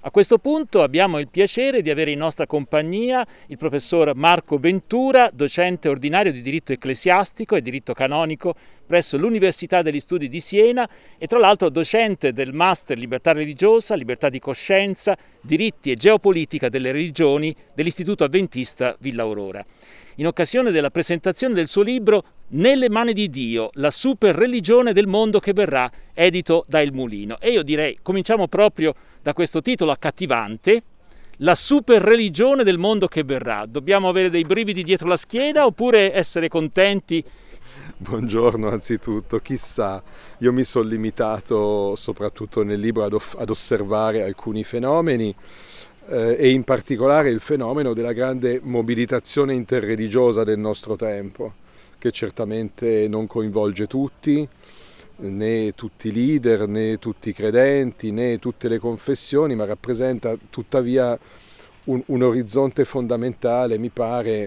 A questo punto abbiamo il piacere di avere in nostra compagnia il professor Marco Ventura, docente ordinario di diritto ecclesiastico e diritto canonico presso l'Università degli Studi di Siena e tra l'altro docente del Master Libertà Religiosa, Libertà di Coscienza, Diritti e Geopolitica delle Religioni dell'Istituto Adventista Villa Aurora. In occasione della presentazione del suo libro Nelle mani di Dio, la super religione del mondo che verrà, edito da Il Mulino. E io direi, cominciamo proprio da questo titolo accattivante, la super religione del mondo che verrà. Dobbiamo avere dei brividi dietro la schiena oppure essere contenti? Buongiorno anzitutto, chissà, io mi sono limitato soprattutto nel libro ad osservare alcuni fenomeni e in particolare il fenomeno della grande mobilitazione interreligiosa del nostro tempo, che certamente non coinvolge tutti, né tutti i leader, né tutti i credenti, né tutte le confessioni, ma rappresenta tuttavia un orizzonte fondamentale, mi pare,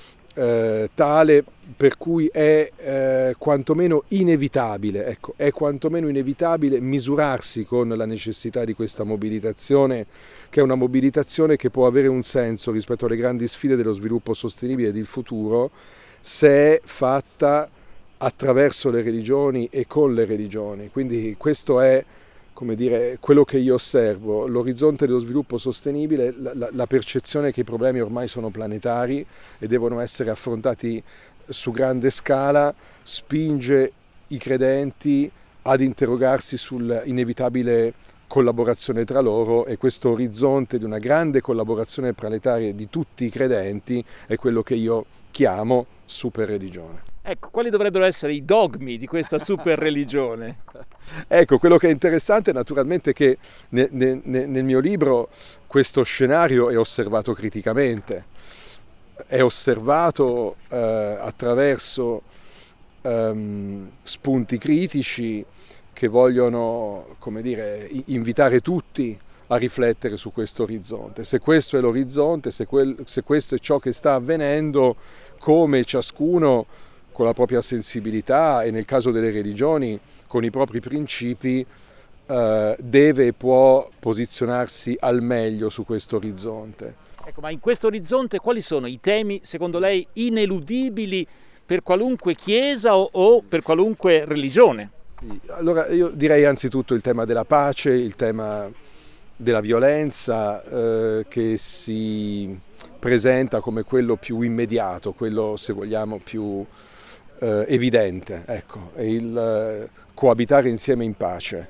tale per cui è quantomeno inevitabile, ecco, è quantomeno inevitabile misurarsi con la necessità di questa mobilitazione, che è una mobilitazione che può avere un senso rispetto alle grandi sfide dello sviluppo sostenibile del futuro, se è fatta attraverso le religioni e con le religioni. Quindi questo è, come dire, quello che io osservo, l'orizzonte dello sviluppo sostenibile, la percezione che i problemi ormai sono planetari e devono essere affrontati su grande scala, spinge i credenti ad interrogarsi sull'inevitabile collaborazione tra loro, e questo orizzonte di una grande collaborazione planetaria di tutti i credenti è quello che io chiamo super religione. Ecco, quali dovrebbero essere i dogmi di questa super religione? Ecco, quello che è interessante naturalmente è che nel mio libro questo scenario è osservato criticamente, è osservato attraverso spunti critici che vogliono, come dire, invitare tutti a riflettere su questo orizzonte. Se questo è l'orizzonte, se questo è ciò che sta avvenendo, come ciascuno con la propria sensibilità e nel caso delle religioni con i propri principi deve e può posizionarsi al meglio su questo orizzonte. Ecco, ma in questo orizzonte quali sono i temi, secondo lei, ineludibili per qualunque chiesa o per qualunque religione? Allora io direi anzitutto il tema della pace, il tema della violenza che si presenta come quello più immediato, quello se vogliamo più evidente, ecco, è il coabitare insieme in pace,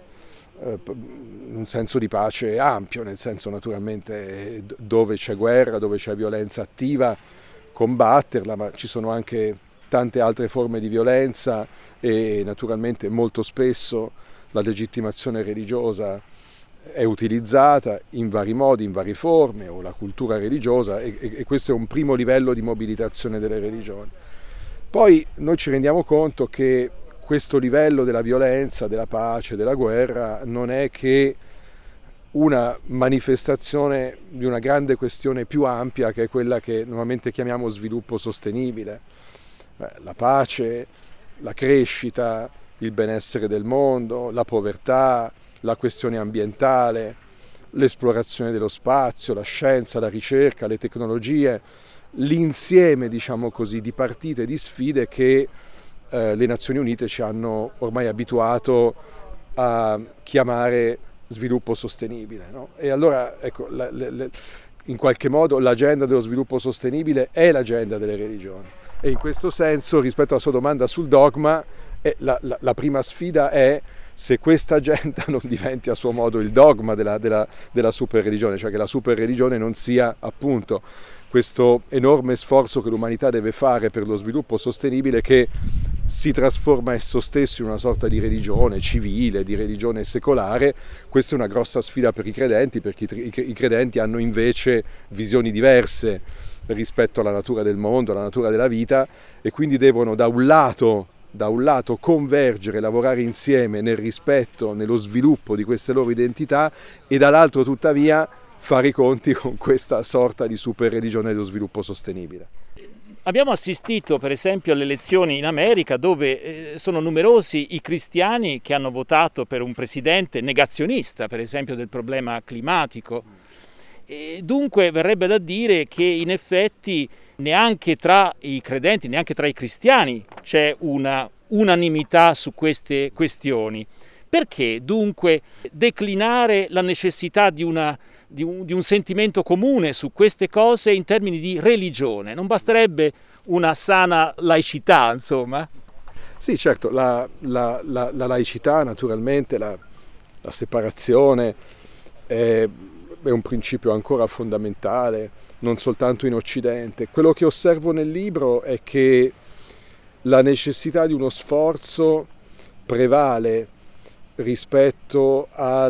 un senso di pace ampio, nel senso naturalmente dove c'è guerra, dove c'è violenza attiva, combatterla, ma ci sono anche tante altre forme di violenza e naturalmente molto spesso la legittimazione religiosa è utilizzata in vari modi, in varie forme, o la cultura religiosa, e questo è un primo livello di mobilitazione delle religioni. Poi noi ci rendiamo conto che questo livello della violenza, della pace, della guerra non è che una manifestazione di una grande questione più ampia, che è quella che normalmente chiamiamo sviluppo sostenibile. La pace, la crescita, il benessere del mondo, la povertà, la questione ambientale, l'esplorazione dello spazio, la scienza, la ricerca, le tecnologie, l'insieme, diciamo così, di partite, di sfide che le Nazioni Unite ci hanno ormai abituato a chiamare sviluppo sostenibile, no? E allora, ecco, in qualche modo l'agenda dello sviluppo sostenibile è l'agenda delle religioni. E in questo senso, rispetto alla sua domanda sul dogma, la prima sfida è se questa agenda non diventi a suo modo il dogma della super religione, cioè che la super religione non sia appunto questo enorme sforzo che l'umanità deve fare per lo sviluppo sostenibile, che si trasforma esso stesso in una sorta di religione civile, di religione secolare. Questa è una grossa sfida per i credenti, perché i credenti hanno invece visioni diverse rispetto alla natura del mondo, alla natura della vita, e quindi devono da un lato convergere, lavorare insieme nel rispetto, nello sviluppo di queste loro identità, e dall'altro tuttavia fare i conti con questa sorta di super religione dello sviluppo sostenibile. Abbiamo assistito per esempio alle elezioni in America dove sono numerosi i cristiani che hanno votato per un presidente negazionista, per esempio del problema climatico. E dunque verrebbe da dire che in effetti neanche tra i credenti, neanche tra i cristiani c'è una unanimità su queste questioni. Perché dunque declinare la necessità di un sentimento comune su queste cose in termini di religione? Non basterebbe una sana laicità, insomma? Sì, certo, la laicità naturalmente, la separazione è un principio ancora fondamentale, non soltanto in Occidente. Quello che osservo nel libro è che la necessità di uno sforzo prevale rispetto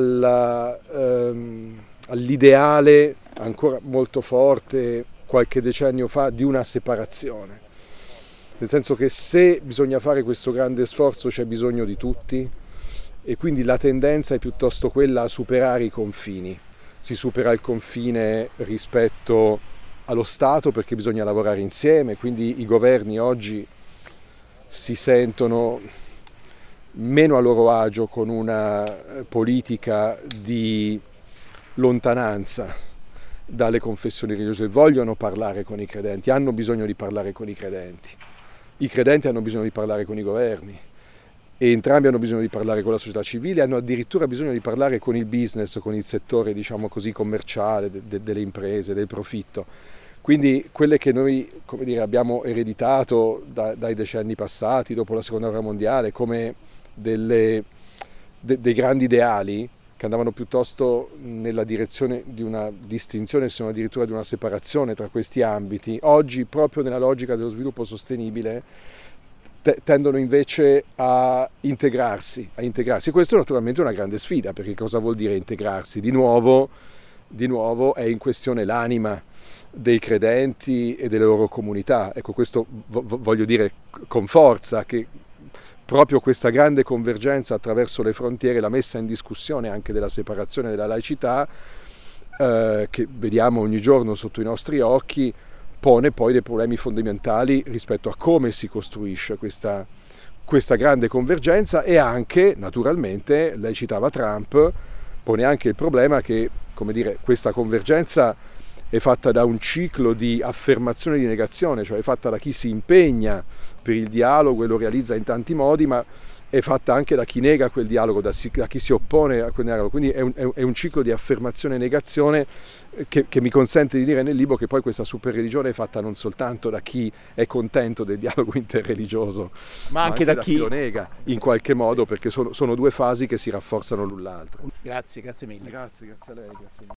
all'ideale ancora molto forte qualche decennio fa di una separazione. Nel senso che se bisogna fare questo grande sforzo c'è bisogno di tutti e quindi la tendenza è piuttosto quella a superare i confini. Si supera il confine rispetto allo Stato perché bisogna lavorare insieme, quindi i governi oggi si sentono meno a loro agio con una politica di lontananza dalle confessioni religiose, vogliono parlare con i credenti, hanno bisogno di parlare con i credenti hanno bisogno di parlare con i governi e entrambi hanno bisogno di parlare con la società civile, hanno addirittura bisogno di parlare con il business, con il settore diciamo così commerciale delle imprese, del profitto. Quindi quelle che noi abbiamo ereditato dai decenni passati, dopo la seconda guerra mondiale, come dei grandi ideali che andavano piuttosto nella direzione di una distinzione, se non addirittura di una separazione tra questi ambiti, oggi proprio nella logica dello sviluppo sostenibile tendono invece a integrarsi. Questo è naturalmente una grande sfida, perché cosa vuol dire integrarsi? Di nuovo è in questione l'anima dei credenti e delle loro comunità. Ecco, questo voglio dire con forza, che proprio questa grande convergenza attraverso le frontiere, la messa in discussione anche della separazione della laicità, che vediamo ogni giorno sotto i nostri occhi, pone poi dei problemi fondamentali rispetto a come si costruisce questa grande convergenza, e anche, naturalmente, lei citava Trump, pone anche il problema che, questa convergenza è fatta da un ciclo di affermazione e di negazione, cioè è fatta da chi si impegna per il dialogo e lo realizza in tanti modi, ma è fatta anche da chi nega quel dialogo, da chi si oppone a quel dialogo. Quindi è un ciclo di affermazione e negazione che mi consente di dire nel libro che poi questa superreligione è fatta non soltanto da chi è contento del dialogo interreligioso, ma anche da chi lo nega in qualche modo, perché sono due fasi che si rafforzano l'un l'altro. Grazie mille. Grazie a lei. Grazie.